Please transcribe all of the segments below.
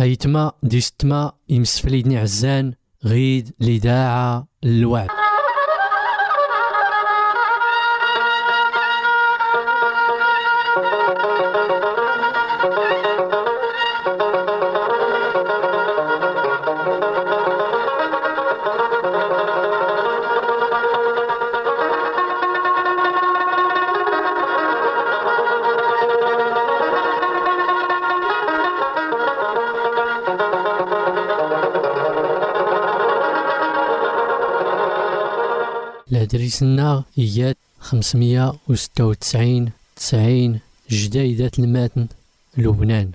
أيتما ديستما يمسفليدني عزان غيد لداعة الوعد. العدريسنا إيات 596 90 جديدة الماتن لبنان.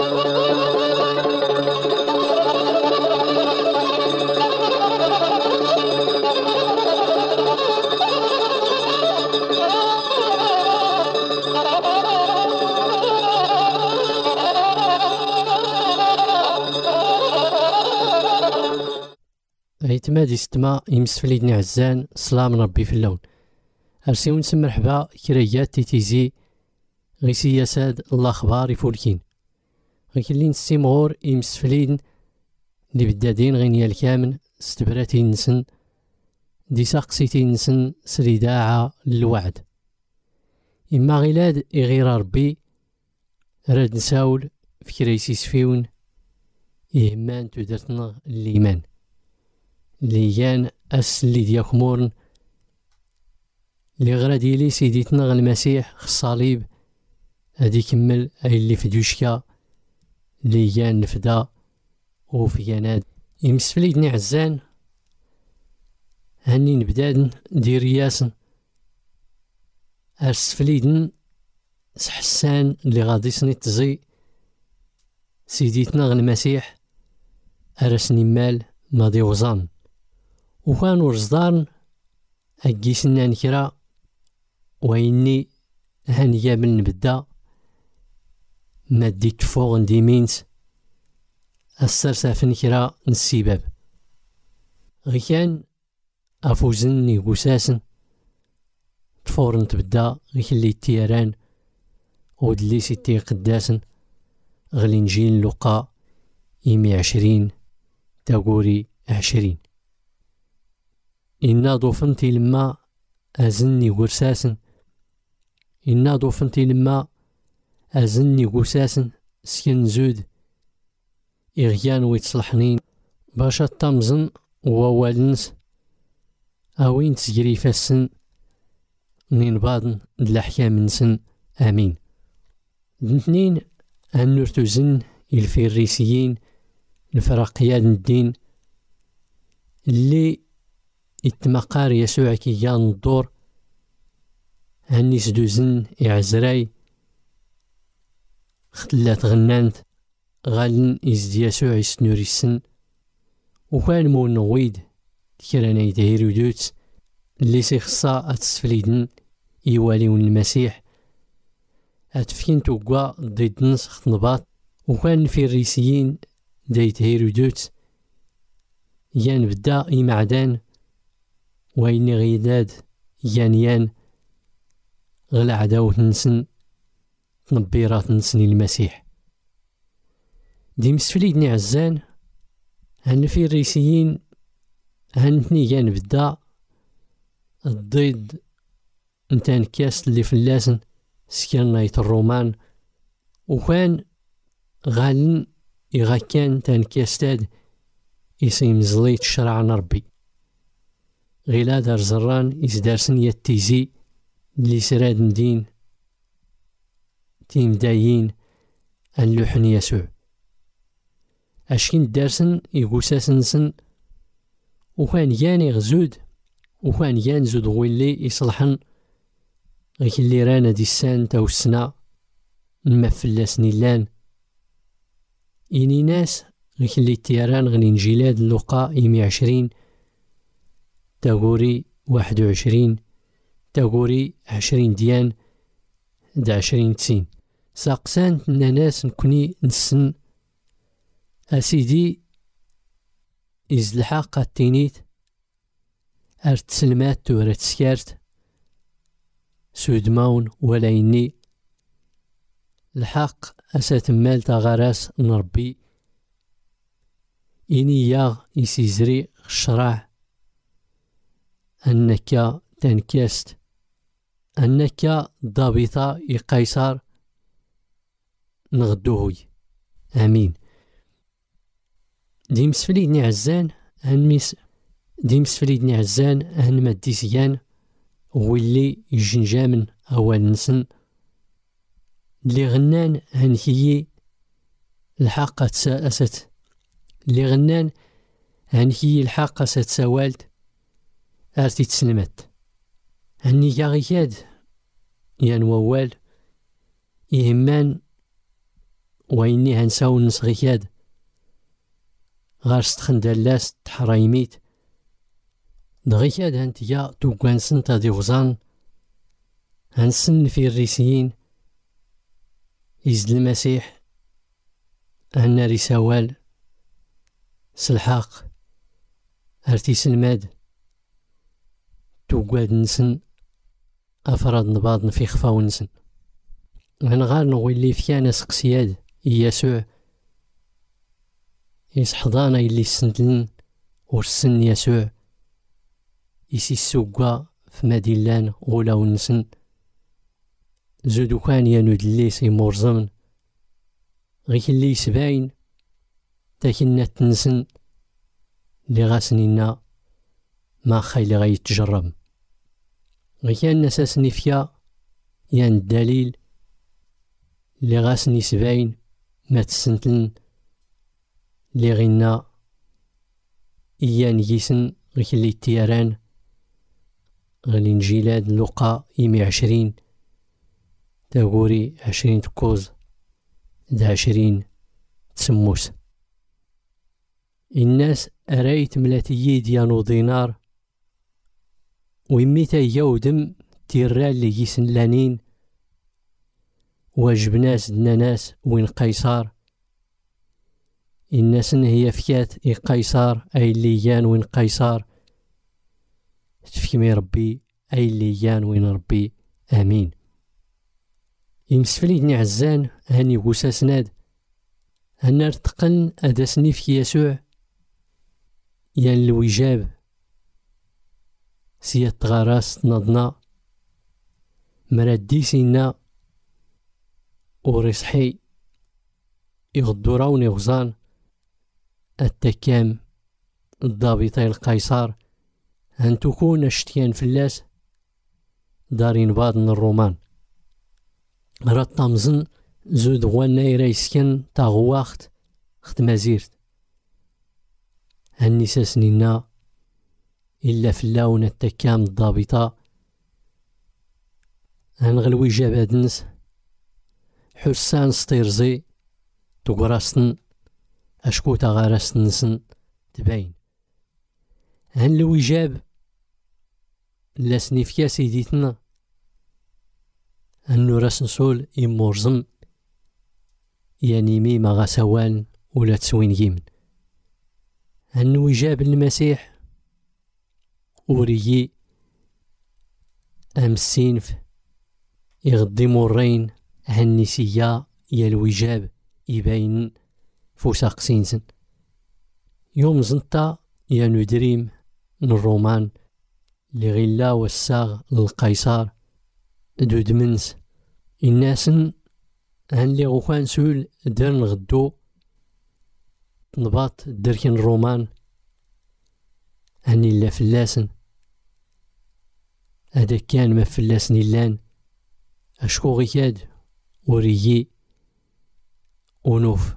أيتما ديستما يمسفليدني عزان سلام ربي في اللون. أرسيون سم مرحبا كريات تيتيزي غي سياساد الله أخبار يفولكين غيكلين السيمغور يمسفليدن اللي بدادين غينيا الكامن استبراتي نسن دي ساقسيتي نسن سريداعة للوعد. إما غيلاد إغير ربي راد نساول في كريسي سفيون إهمان تودرتنا الإيمان ليان أسلي دياك مورن لي غرادي لي سيديتنا المسيح الصليب هادي كمل أي اللي في دوشكا ليان نفدا وفياناد يمسفليدني عزان هاني نبدادن دير ياسن أرسفليدن سحسان اللي غادي سنتزي سيديتنا المسيح أرسني مال ماضي وزان وكان ورزدارن أجيسنا نكرا وإني هانيا من نبدا ما ديك فوق ندي مينس السرسة في نكرا نسيباب غي كان أفوزن قساسن تفورن تبدا غي اللي تيران ودلي ستي قداسن غلي نجيل لقا 120 تاقوري 20 إنا ضوفنتي لما أزني قرساسن إنا ضوفنتي لما أزني قساسن سكن زود إغيان ويتصلحنين باشا التمزن ووالنس أوين تسجري فاسن نين بادن الأحكام نسن آمين. دنتنين هنرتوزن الفريسيين الفرقيات الدين اللي اتمقار يسوع كيان الدور هني سدوزن إعزراي ختلات غنانت غالن إزدي يسوع يسنوري السن وكان مون نغويد كرانا يدهيرو دوت اللي سيخصا أتسفليدن يواليون المسيح أتفكين توقع ضد نسخ نباط وكان في الريسيين دايت هيرو دوت يان بدا معدان ويني غيداد يان غلا عداوة نسن تنبيرات نسني المسيح دي مسفليدني عزان هن في الريسيين هنتني يان بدا الضيد نتان كاس اللي في اللاسن سكان نايت الرومان وكان غالن إغا كان تان كاستاد يسيم زليت شرع ربي غيلا دار زران إزدارسن يتيزي اللي سراد ندين تيم دايين أن لوحن يسوع أشكين دارسن يقوساسن سن وكان ياني غزود وكان يان زود غويلي يصلحن غيك اللي رانا دي السان تاو السنا نمفلاس نيلان إني ناس غيك اللي تيران غني نجيلاد اللقاء 120 تاغوري 21 تاغوري 20 ديان دا 20 تسين ساقسان ناس نكوني نسن أسيدي إزلحا قاتينيت أرتسلمات تورا تسكارت سودماون ولا إني الحق أسات مال تغراس نربي إنيا يسيزري الشرع أنك تنكست أنك ضابطة قيصر نغدوهي. آمين. ديمس فليدني عزان ديمس فليدني عزان أهن ماديسيان واللي يجنجامن أول نسن اللي غنان هنكي الحق تسأست اللي غنان هنكي الحق ستسوالت أرتي تسلمت هني غياد يان ووال يهمان ويني هنساو نسغياد غار ستخن دالاس تحرايميت دغيكاد هانتيا توكوانسن تادي غزان هنسن في الريسيين يزد المسيح هنا رسوال سلحاق هرتي سلماد توكواد نسن أفراد نباض في خفاو نسن غنغار نغولي فيانا سقسياد يسوع يسحضانا يلي السنتلن ورسن يسوع يسي السوقا في مدينلان غولا ونسن زودو كان يانود الليس يمورزمن غيك اللي يسباين تاكنا تنسن اللي غاسنينا ما خايلي غيتجرب غيكان نساسني فيا يان الدليل اللي غاسني سباين ما تسنتلن اللي غينا إيان يسن غيك اللي التياران غلي نجيلاد لقا 120 تاغوري 20 تكوز 20 تسموس. الناس أرايت ملاتيي ديانو دينار ويميتا يودم تيرا اللي يسن لانين واجب ناس دنا ناس وين قيصار الناس هي فكات اي قيصار اي اللي يان وين قيصار تفكمي ربي اي اللي يان وين ربي. امين. يمسفليدني عزان هاني وساسناد هنا ارتقن اداسني في يسوع يان الوجاب سيا تغاراس نضنا مرادي سينا وريصحي يغدو راوني غزان التكام الضابطي القيصر هن تكون اشتيان فلاس دارين باضن الرومان راه طامزن زود غوانا يرايسكن تاغواخت ختمازيرت هنسا سنينا إلا فلاون التكام الضابطة هنغلوي جاباد نس حسان سطيرزي تقراستن أشكو تغارستن نسن تباين هن الوجاب لاسني فيا سيديتنا أنو راس نسول يمورزم يعني ميما غاسوان ولا تسوين يمن أنو جاب المسيح وريي أم السينف يغدي مورين هالنسيا يا الوجاب يباين فوساق سينسن يوم زنطا يا ندريم الرومان اللي غلا والساغ للقيصر دود منس الناسن هن اللي غوخان سول درن غدو نباط دركن الرومان هني لا فلاسن هذا كان ما فلاسن اللان اشكو غياد وريي ونوف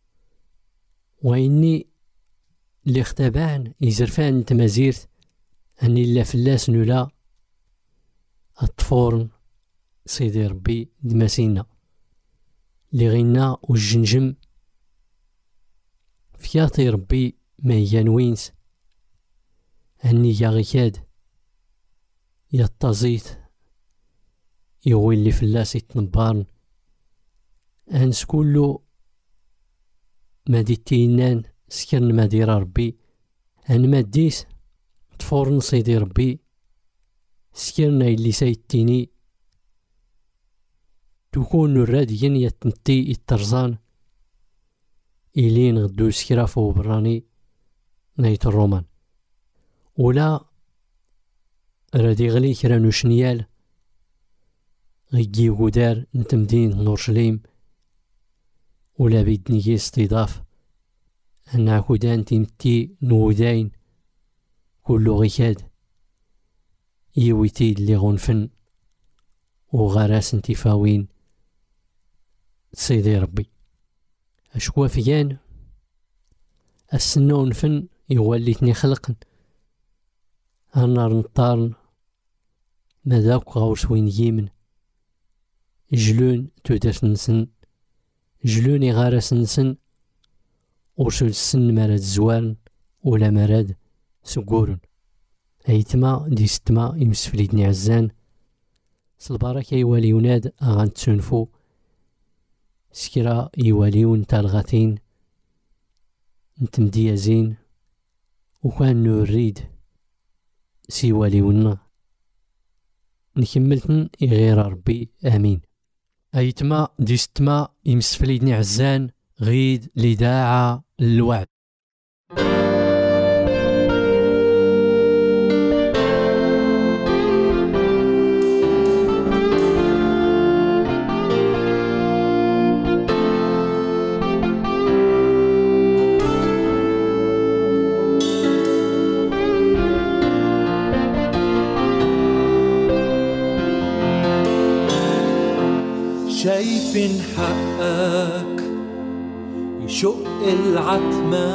وإني اللي اختبان يزرفان تمازيرت أني لا فلاس نولا الطفورن سيدي ربي دماسينا اللي غينا والجنجم فياطي ربي ما يانوينس أني يا غيكاد يا التزيت يغوي اللي فلاس يتنبارن أنس كلو ما ديتينان سكرن ما دير ربي أن ما ديس تفورن سيدي ربي سكرنا اللي سايتيني تكون الراديين يتمتي الترزان إلين غدو سكرافو براني نايت الرومان ولا رادي غلي كرانو شنيال غيجي ودار نتمدين نورشليم ولا بيدني استضاف أن عكودان تيمتي نوداين كلو غيكاد يويتيد لي غنفن وغراس انتفاوين سيدي ربي أشكوا فيان السنون فن يوليتني خلقا النار نطارن مذاك غاوس وين يمن جلون توداس نسن جلوني غارس نسن ورسول السن مراد زوارن ولا مراد سقورن أيتما دي ستما يمسفليدني عزان سالبركة يوالي يناد أغان تسنفو سكرا يواليون تالغاتين نتمديازين وكان نريد سيواليونا نكملتن غير ربي آمين. أيتما دي ستما يمسفليدني عزان غيد لداعة الوعد. شايفين حقك يشق العتمة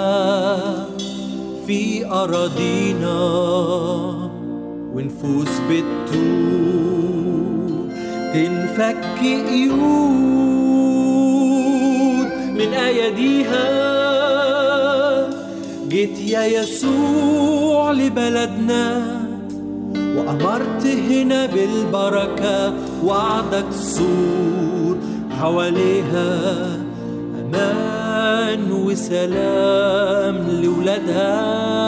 في أراضينا ونفوس بتتوب تنفك قيود من أيديها. جيت يا يسوع لبلدنا وأمرت هنا بالبركة، وعدك سور حواليها أمان وسلام لولادها،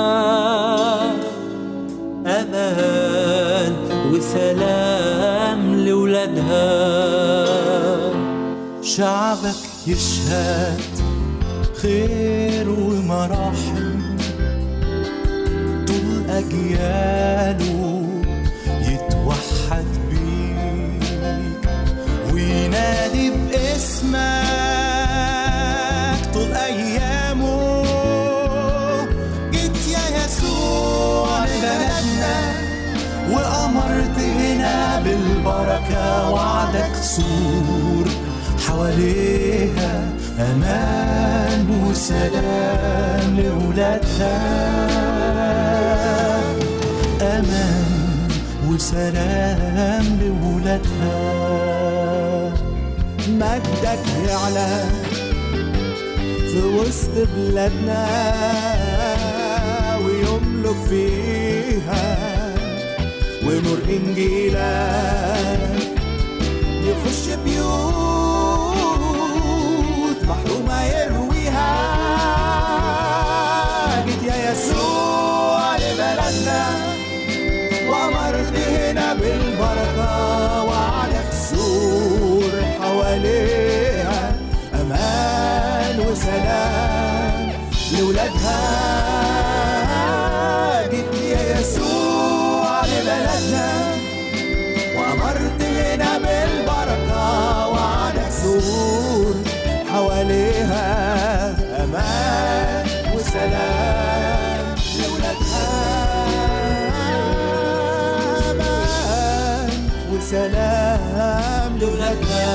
أمان وسلام لولادها. شعبك يشهد خير ومراحم طول أجياله، يتوحد بيك وينادي باسمك طول أيامه. جيت يا يسوع لبلدنا وأمرت هنا بالبركة، وعدك سور حواليها أمان وسلام لولادها، أمان وسلام لولادها. مجدك يعلى في وسط بلادنا ويملك فيها، ونور إنجيلك يخش بيوت محرومة يرويها. جيت يا يسوع لبلدنا وأمرت هنا بالبركة، وعدك سور حواليها أمان وسلام لولادها. جيت يا يسوع لبلدنا وأمرت هنا بالبركة، وعدك سور حواليها أمان وسلام لولادها، أمان وسلام لولادها،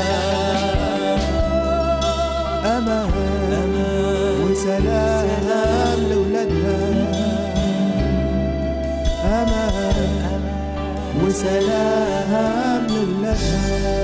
أمان وسلام لولادها، أمان وسلام لولادها.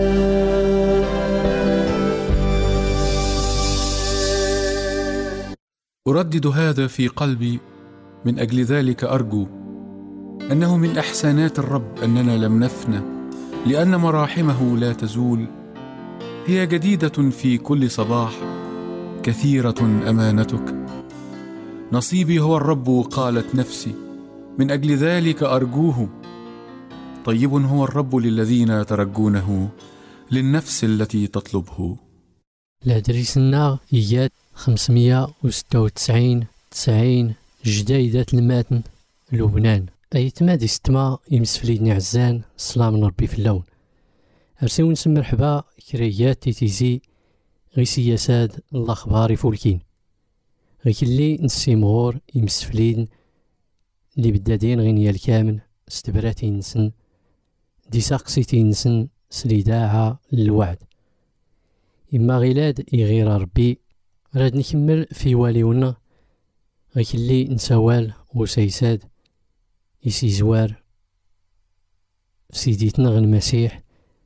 أردد هذا في قلبي، من أجل ذلك أرجو أنه من إحسانات الرب أننا لم نفنى، لأن مراحمه لا تزول، هي جديدة في كل صباح، كثيرة أمانتك. نصيبي هو الرب قالت نفسي، من أجل ذلك أرجوه. طيب هو الرب للذين يترجونه، للنفس التي تطلبه. الأدريس الناغ إياد 596 90 جديدة الماتن لبنان. أي تمادي ستما يمسفليدني عزان السلام من ربي في اللون. أرسيو نسم مرحبا كريات تيتيزي غي سياساد الأخبار يفولكين غي كلي نسيمغور يمسفليدن اللي بدادين غينيا الكامل استبراتي نسن دي ساقسيتي نسن سليداعة للوعد. إما غيلاد يغير ربي راد نكمل في واليونا غي كلي نسوال وسيساد يسي زوار في سيديتنا غن المسيح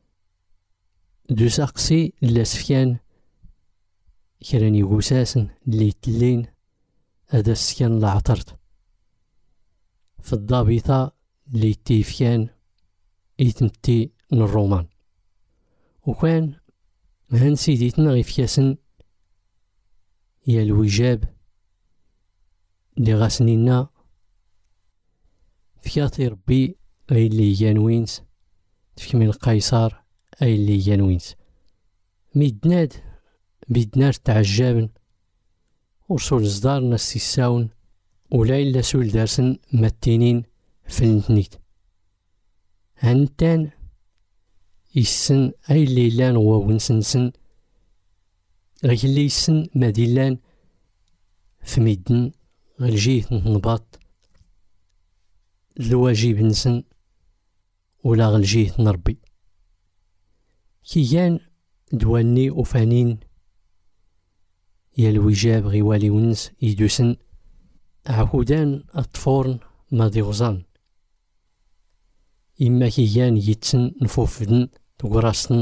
دو ساقسي لا سفيان كراني قوساسن اللي تلين هذا السكان لعطرت في الضابطة اللي تيفيان يتمتي من الرومان. وكان هان سيديتنا غيفياسن يا الوجاب اللي غاسنينا فياطي ربي أي اللي يانوينس تفكمي القيصر أي اللي يانوينس ميدناد بيدنار تعجابن ورسول زدار ناس الساون ولا إلا سول دارسن متينين في الانتنيت هانتان يسن أي اللي لان وونسنسن غير اللي يسن ماديلان في ميدن غير جيه نباط الواجب نسن ولا غير جيه نربي كيان دواني وفانين يا الوجاب غيوالي ونس يدوسن عهودان الطفورن ماضي غزان إما كيان يتسن نفوفدن تقراسن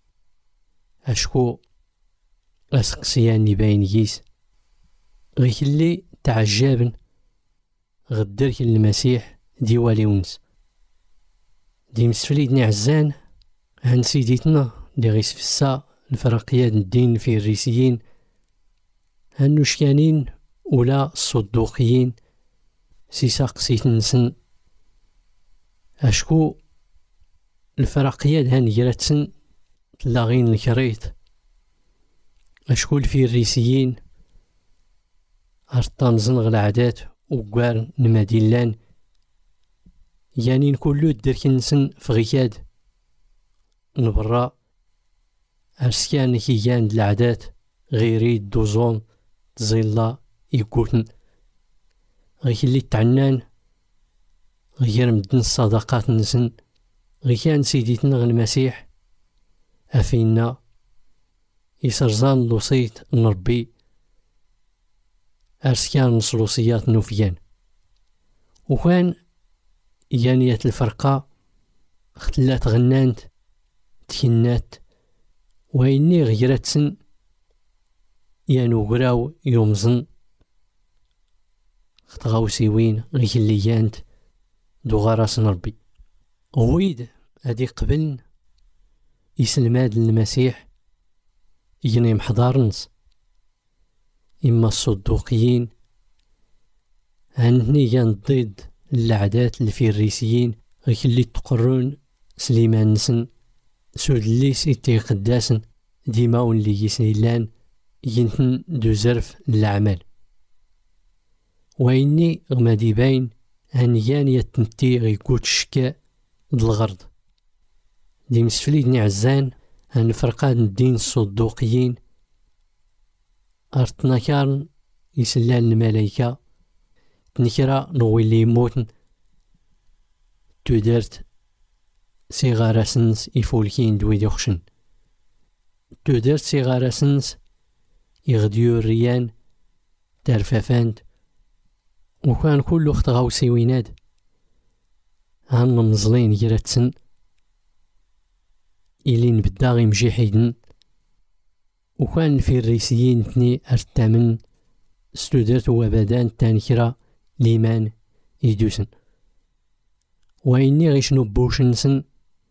أشكو أسقسيان يباين ييس غي كلي تعجابن غدرك المسيح ديوالي ونس دي مسفليدني عزان هان سيديتنا دي غيس في السا الفرقيات الدين في الريسيين هان نشكانين ولا الصدوقيين سيساق سيتنسن أشكو الفرقيات هان يراتسن تلاغين الكريت أشكو في الريسيين أرطامزن غل عادات وقوار نماديلان يعني كلو دركنسن فغياد نبرا أرسكان كيان العادات غيري دوزون تزيلا يقولن غير اللي تعنان غير مدن الصداقات نسن غير كان سيديتنا غير المسيح أفينا يسرزان لوصيت نربي أرسكان نصلوصيات نوفيان وكان يانية الفرقة اختلات غنانت تكنات وإني غيرتسن يانو قراو يومزن خطغاو سيوين غير اللي يانت دو غراس نربي غويد هادي قبل يسلماد المسيح يجني محضارنس إما الصدوقيين هني يان ضد العادات اللي في الريسيين غير اللي تقرون سليمان نسن سود اللي سيتي قداسن ديما واللي يسنيلان ينتن دو زرف الأعمال وإني غمادي باين هنيان يتنتي غيكوت شكا الغرض دي مسفليدني عزان هن فرقات الدين الصدوقيين أرتنا كارن يسلان الملايكة تنكرا نوي اللي يموتن تودرت سيغارة سنس يفولكين دوي ديوخشن تودرت سيغارة سنس يغديو الريان ترفافانت وكان كل اخت غاوسي ويناد هان مزلين يراتسن إلي نبدا غي مجيحيدن وكان في الريسيين تني أرتامن ستودرت وبدان تانكرا ليمان يدوسن وإني غيش نبوشنسن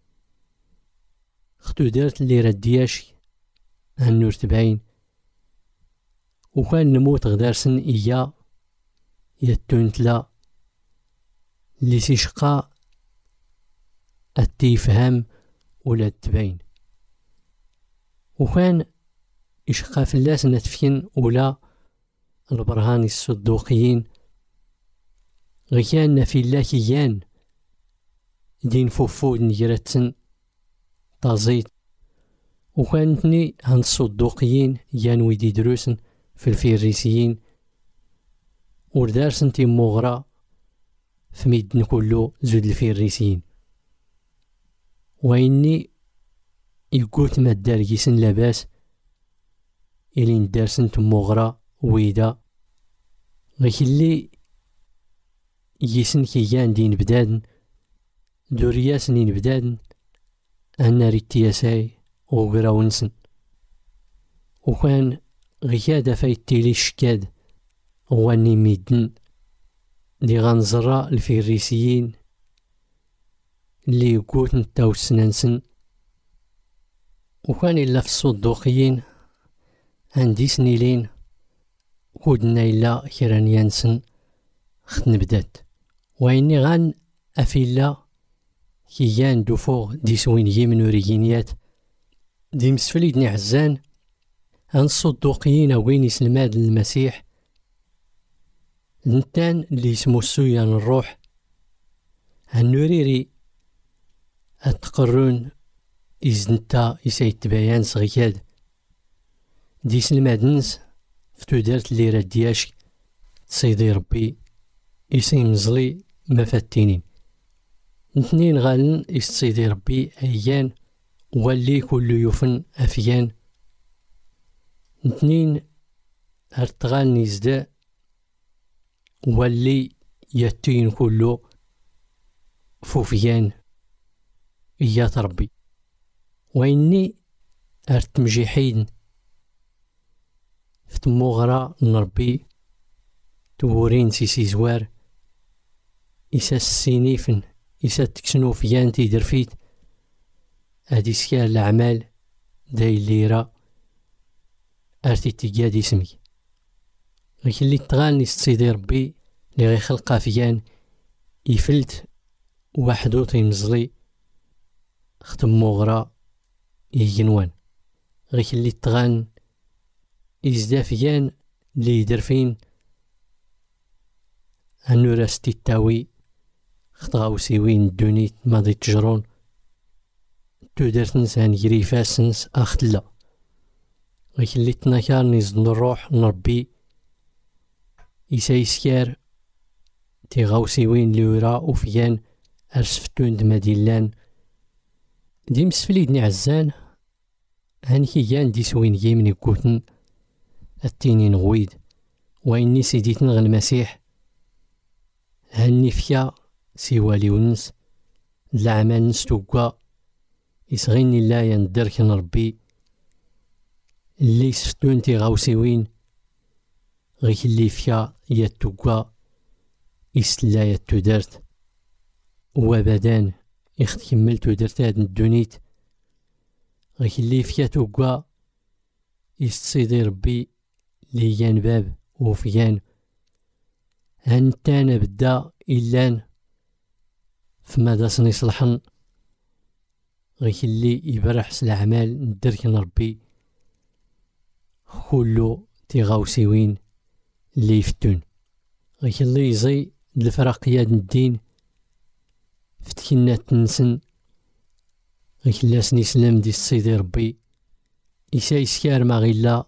ختودرت اللي ردياش هنور تبعين وكان نموت غدارسن إيا يتونتلا اللي سيشقا التيفهم ولا التبين وكان يشقا فلاس نتفين ولا البرهاني الصدوقيين غيان في الله كيان دين فوفود نجرتن تازيت وكانتني هان الصدوقيين يان ويدي دروسن في الفريسيين وردارسن تيموغرا في ميدن كله زود الفريسيين وإني يقوت ما الدارجيسن لاباس إلي ندارسن تموغرا ويدا غيكلي يسن كيان دين بدادن دورياسن بدادن أنا ريتياساي وقراونسن وكان غيادا فايتيلي شكاد واني ميدن دي غنزرا الفريسيين اللي يقوت نتاو سنانسن وكان إلا في الصدوقيين عندي سنيلين كودنا إلا كيران يانسن خت نبدات وإني غان أفيلا كيان دوفوغ دي سوين يمن وريجينيات دي مسفليدني عزان عن الصدوقيين وين يسلماد المسيح نتان اللي يسمو السويان الروح هنوريري التقرون إزنتا يسايد تبايان صغياد دي سلمادنس فتو دارت اللي ردياش سيدي ربي يسي مزلي ما فاتينين نتنين غالن سيدي ربي أيان واللي كل يوفن أفيان نتنين هرتغال نيزدا واللي يتين كله فوفيان إيات ربي وإني أرتمجيحين فتموغرا نربي تورين سيسي زوار إساس السينيفن إساس تكسنو فيان تيدرفيت هادي سكال الأعمال داي الليرة أرتي تيجادي سمي غيك اللي تغالني سيدي ربي اللي غي خلقا فيان يفلت وحدو تيمزلي ختم مغرا يجنوان غيك اللي تغان إزدا فيان اللي يدرفين أنو راستي التاوي خطغاو سيوين الدونيت ماضي تجرون تودرت نسان يري فاسنس أختلا غيك اللي تناكارني زن الروح نربي إسايسكار تيغاو سيوين لورا وفيان أرسفتون دماديلان دي مسفليدني عزان هانكي يان دي سوين يمني كوتن التيني نغويد وإني سيديت نغ المسيح هاني فيا سيوالي ونس الأعمال نستوكا يسغيني لا يندرك نربي اللي سفتون تيغاو سيوين غيك اللي فيا يتوكا يسلا يتودرت وابدان يخت كملتو درت هاد الدونيت غيك اللي فيا توكا يستصيدي ربي ليان باب وفيان هانتانا بدا إلان فما داسني صلحن غيك اللي يبرحس الأعمال ندرك نربي كلو تيغاو سيوين اللي يفتون غيك اللي يزي الفرقيات الدين فتكنا تنسن غيك اللي سني سلام دي سيدي ربي إسا يسكار ما غيلا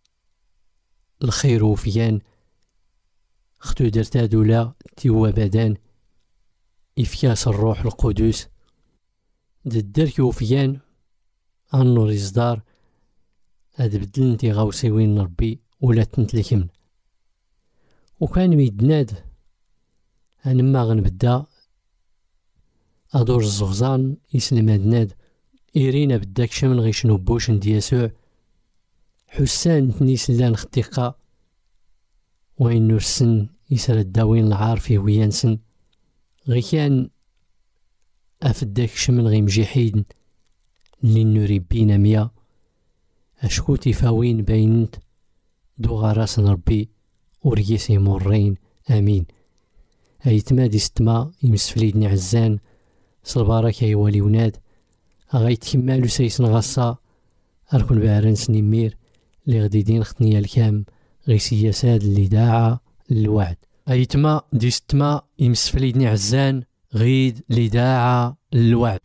الخير وفيان ختو درتا دولا تيوا بدان إفكاس الروح القدس ددرك وفيان النور إصدار هاد بدلن تيغاو سيوين ربي ولا تنتلكمن وكان ميدناد أنما غنبدا أدور الزغزان يسلم هادناد إيرينا بداك شمن غيشنو بوشن دياسوع حسان تنيسلان خطيقة وين نرسن يسر الداوين العارفي ويانسن غي كان أفداك شمن غي مجيحيد اللي نوري بينا ميا أشكو تفاوين بينت دو غراس ربي وريسي مرين آمين أيتمادي ستما يمسفليدني عزان صلبارك أيوالي وناد أغايت كمالو سيسن غصا أركن بعران سنمير اللي غديدين ختنيا الكام غي سياسات اللي داعة الوعد أيتما ديستما يمسفليدني عزان غيد اللي داعة الوعد.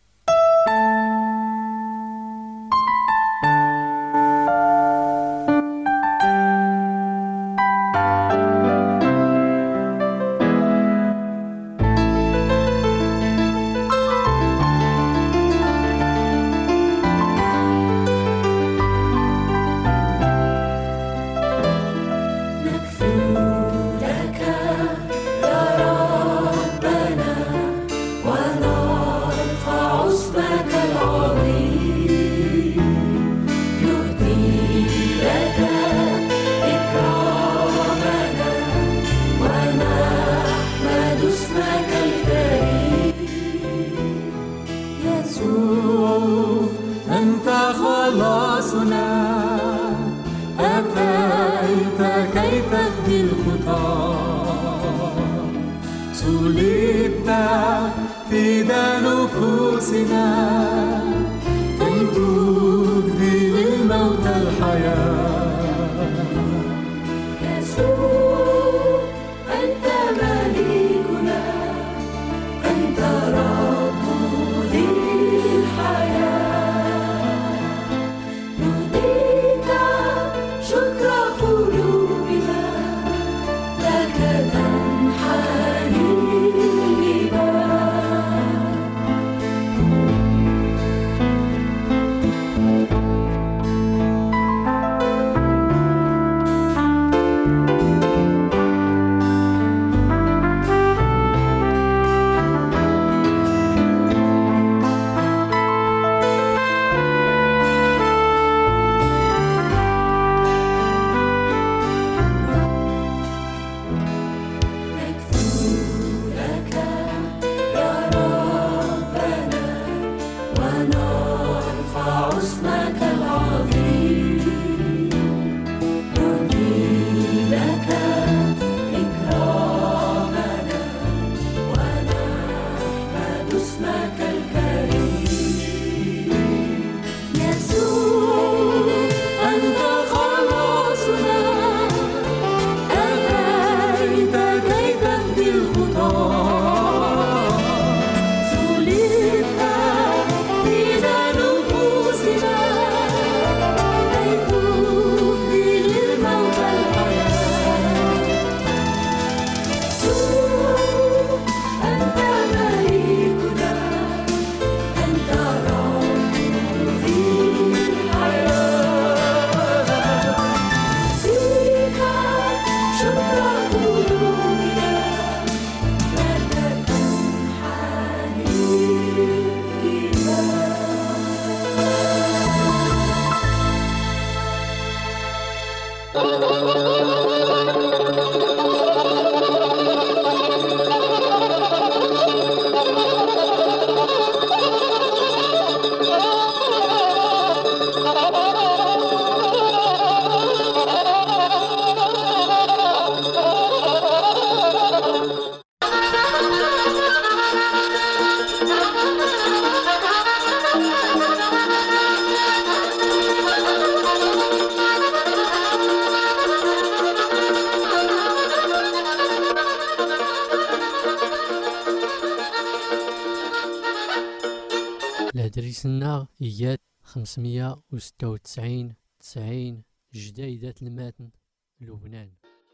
أنت خلاصنا، أتيت كي تفدي الخطى، صلبت فداء نفوسنا كي تهدي للموت الحياة. يسوع أنت ملكنا، أنت رب ذي الحياة، نهديك شكر قلوبنا، لك تنحني الجبال. الهدريسنا إيات 596 90 جديدة الماتن لبنان.